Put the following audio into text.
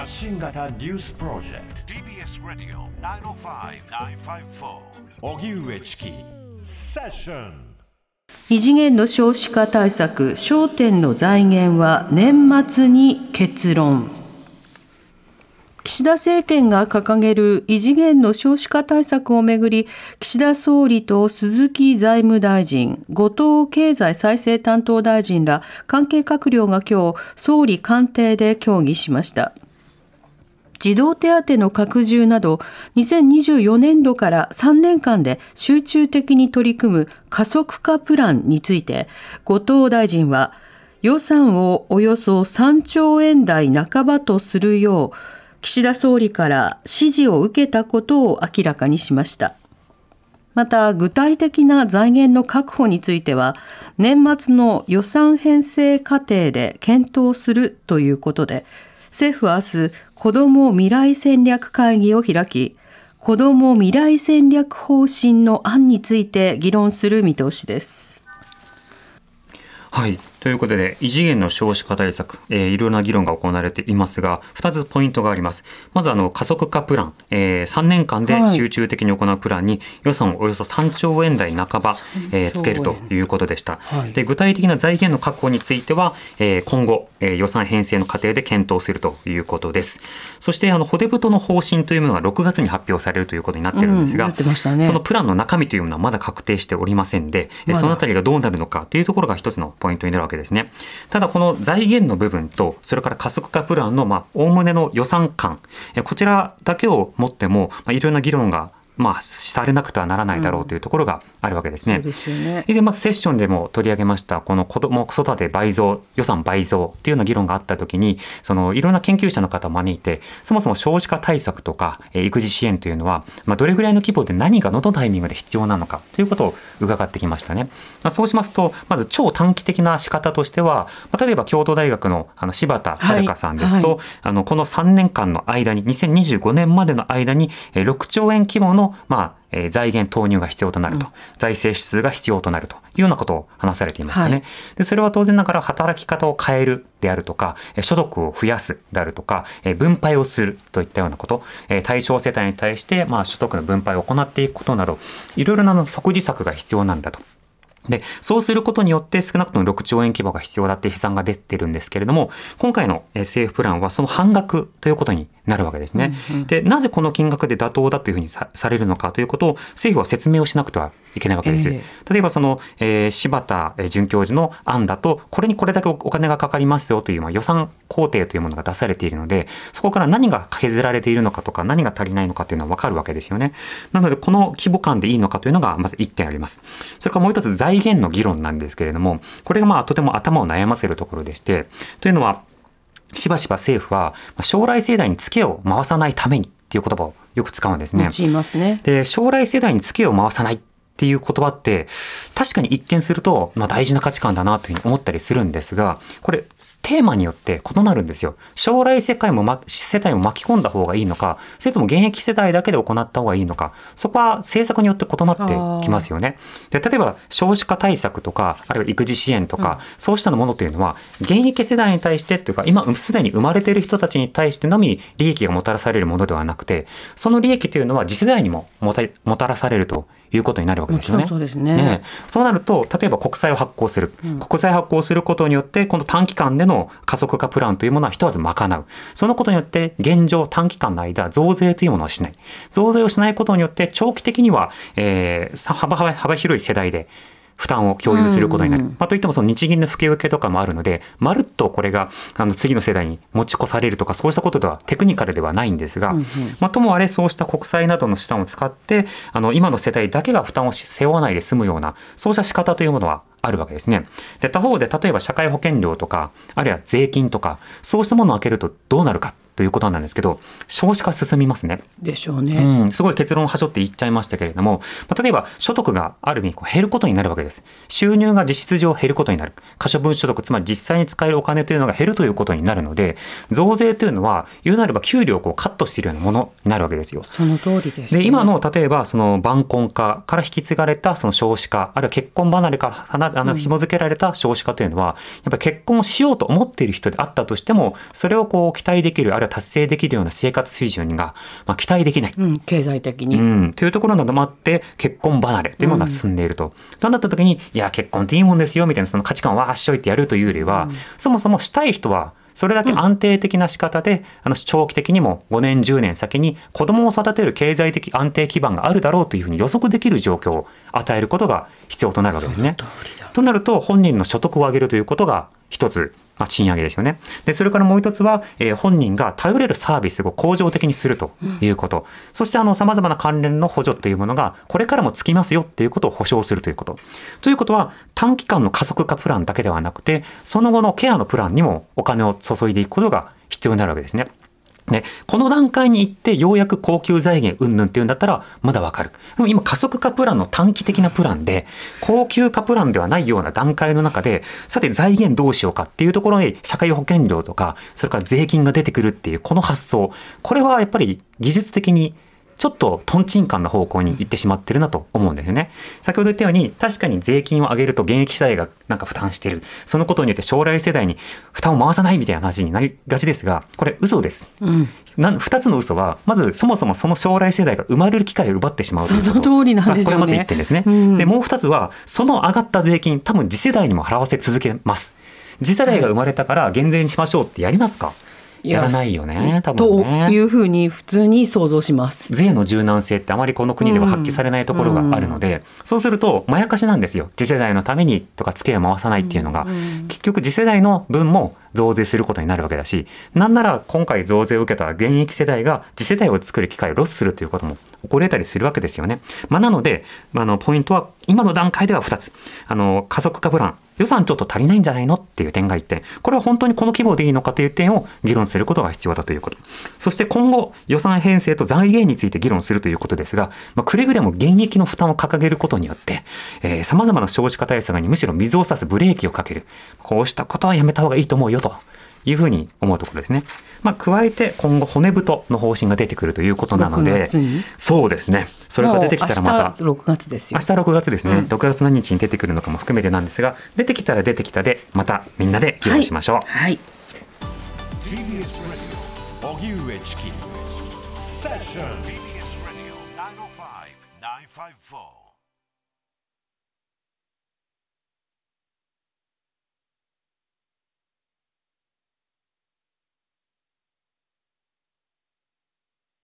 発信型ニュースプロジェクト TBS ラディオ905-954おぎゅうえちきセッション。 異次元の少子化対策、焦点の財源は年末に結論。岸田政権が掲げる異次元の少子化対策をめぐり、岸田総理と鈴木財務大臣、後藤経済再生担当大臣ら関係閣僚が今日、総理官邸で協議しました。児童手当の拡充など、2024年度から3年間で集中的に取り組む加速化プランについて、後藤大臣は予算をおよそ3兆円台半ばとするよう、岸田総理から指示を受けたことを明らかにしました。また、具体的な財源の確保については、年末の予算編成過程で検討するということで、政府は明日、子ども未来戦略会議を開き、子ども未来戦略方針の案について議論する見通しです。 はい。ということで、異次元の少子化対策、いろいろな議論が行われていますが、2つポイントがあります。まず加速化プラン、3年間で集中的に行うプランに予算をおよそ3兆円台半ば、つけるということでした。で、具体的な財源の確保については、今後、予算編成の過程で検討するということです。そして骨太の方針というものが6月に発表されるということになっているんですが、そのプランの中身というものはまだ確定しておりませんで、そのあたりがどうなるのかというところが一つのポイントになるわけですね。ただこの財源の部分とそれから加速化プランのおおむねの予算感、こちらだけをもってもいろいろな議論がされなくてはならないだろうというところがあるわけですね。以前まずセッションでも取り上げましたこの子ども子育て倍増、予算倍増というような議論があったときに、いろんな研究者の方を招いて、そもそも少子化対策とか育児支援というのは、どれぐらいの規模で何がどのタイミングで必要なのかということを伺ってきましたね。そうしますと、まず超短期的な仕方としては、例えば京都大学の柴田遥さんですと、この3年間の間に2025年までの間に6兆円規模の財源投入が必要となると、財政支出が必要となるというようなことを話されていましたね。で、それは当然ながら働き方を変えるであるとか、所得を増やすであるとか、分配をするといったようなこと、対象世帯に対して所得の分配を行っていくことなど、いろいろな即時策が必要なんだと。で、そうすることによって少なくとも6兆円規模が必要だって試算が出てるんですけれども、今回の政府プランはその半額ということになるわけですね。で、なぜこの金額で妥当だというふうに されるのかということを政府は説明をしなくてはいけないわけです。例えば柴田准教授の案だと、これにこれだけお金がかかりますよという予算工程というものが出されているので、そこから何が削られているのかとか何が足りないのかというのは分かるわけですよね。なのでこの規模感でいいのかというのがまず1点あります。それからもう一つ財源の議論なんですけれども、これがとても頭を悩ませるところでして、というのはしばしば政府は将来世代にツケを回さないためにっていう言葉をよく使うんですね。 言いますね。 で、将来世代にツケを回さないっていう言葉って確かに一見すると大事な価値観だなというふうに思ったりするんですが、これテーマによって異なるんですよ。将来世帯も巻き込んだ方がいいのか、それとも現役世代だけで行った方がいいのか、そこは政策によって異なってきますよね。で、例えば少子化対策とか、あるいは育児支援とか、そうしたものというのは現役世代に対してというか、今すでに生まれている人たちに対してのみ利益がもたらされるものではなくて、その利益というのは次世代にももたらされるということになるわけですよね。 そうですね。 そうなると、例えば国債を発行する。国債発行することによって、この短期間での加速化プランというものは一つ賄う。そのことによって、現状短期間の間、増税というものをしない。増税をしないことによって、長期的には、幅広い世代で、負担を共有することになる。といってもその日銀の不景受けとかもあるので、まるっとこれが次の世代に持ち越されるとか、そうしたことではテクニカルではないんですが、ともあれそうした国債などの資産を使って、今の世代だけが負担を背負わないで済むような、そうした仕方というものはあるわけですね。で、他方で例えば社会保険料とか、あるいは税金とか、そうしたものを開けるとどうなるか。ということなんですけど、少子化進みますね。 でしょうね。 すごい結論をはしょって言っちゃいましたけれども、例えば所得がある意味減ることになるわけです。収入が実質上減ることになる。可処分所得、つまり実際に使えるお金というのが減るということになるので、増税というのは言うなれば給料をカットしているようなものになるわけですよ。 その通りです、ね。 で、今の例えばその晩婚化から引き継がれたその少子化、あるいは結婚離れから紐付けられた少子化というのは、やっぱり結婚しようと思っている人であったとしても、それを期待できる、あるいはが達成できるような生活水準が、期待できない、 経済的に、 というところなどもあって結婚離れというものが進んでいると、となった時にいや結婚っていいもんですよみたいなその価値観をわーしといてやるというよりは、そもそもしたい人はそれだけ安定的な仕方で、長期的にも5年10年先に子供を育てる経済的安定基盤があるだろうというふうに予測できる状況を与えることが必要となるわけですね。となると本人の所得を上げるということが一つ、賃上げですよね。でそれからもう一つは、本人が頼れるサービスを恒常的にするということ、そして様々な関連の補助というものがこれからもつきますよっていうことを保証するということ。ということは短期間の加速化プランだけではなくて、その後のケアのプランにもお金を注いでいくことが必要になるわけですね。ね、この段階に行ってようやく恒久財源云々っていうんだったらまだわかる。でも今加速化プランの短期的なプランで恒久化プランではないような段階の中で、さて財源どうしようかっていうところに社会保険料とかそれから税金が出てくるっていうこの発想、これはやっぱり技術的にちょっとトンチンカンな方向に行ってしまってるなと思うんですよね。先ほど言ったように確かに税金を上げると現役世代がなんか負担してる、そのことによって将来世代に負担を回さないみたいな話になりがちですが、これ嘘です。2つの嘘は、まずそもそもその将来世代が生まれる機会を奪ってしまうということ。 その通りなんですよね。 これまず1点ですね。でもう2つはその上がった税金多分次世代にも払わせ続けます。次世代が生まれたから減税にしましょうってやりますか？やらないよね、多分ね。 というふうに普通に想像します。 税の柔軟性ってあまりこの国では発揮されないところがあるので、そうするとまやかしなんですよ。次世代のためにとか付けを回さないっていうのが、結局次世代の分も増税することになるわけだし、なんなら今回増税を受けた現役世代が次世代を作る機会をロスするということも起こり得たりするわけですよね。なので、ポイントは今の段階では2つ。加速化プラン、予算ちょっと足りないんじゃないのっていう点が1点。これは本当にこの規模でいいのかという点を議論することが必要だということ。そして今後予算編成と財源について議論するということですが、くれぐれも現役の負担を掲げることによって、様々な少子化対策にむしろ水を差すブレーキをかける。こうしたことはやめた方がいいと思うよというふうに思うところですね。加えて今後骨太の方針が出てくるということなので、 6月にそうですね。それが出てきたらまた明日6月ですよ。 明日6月ですね。6月何日に出てくるのかも含めてなんですが、出てきたら出てきたでまたみんなで議論しましょう。 はい。 TBS Radio 荻上チキセッション TBS Radio 905-954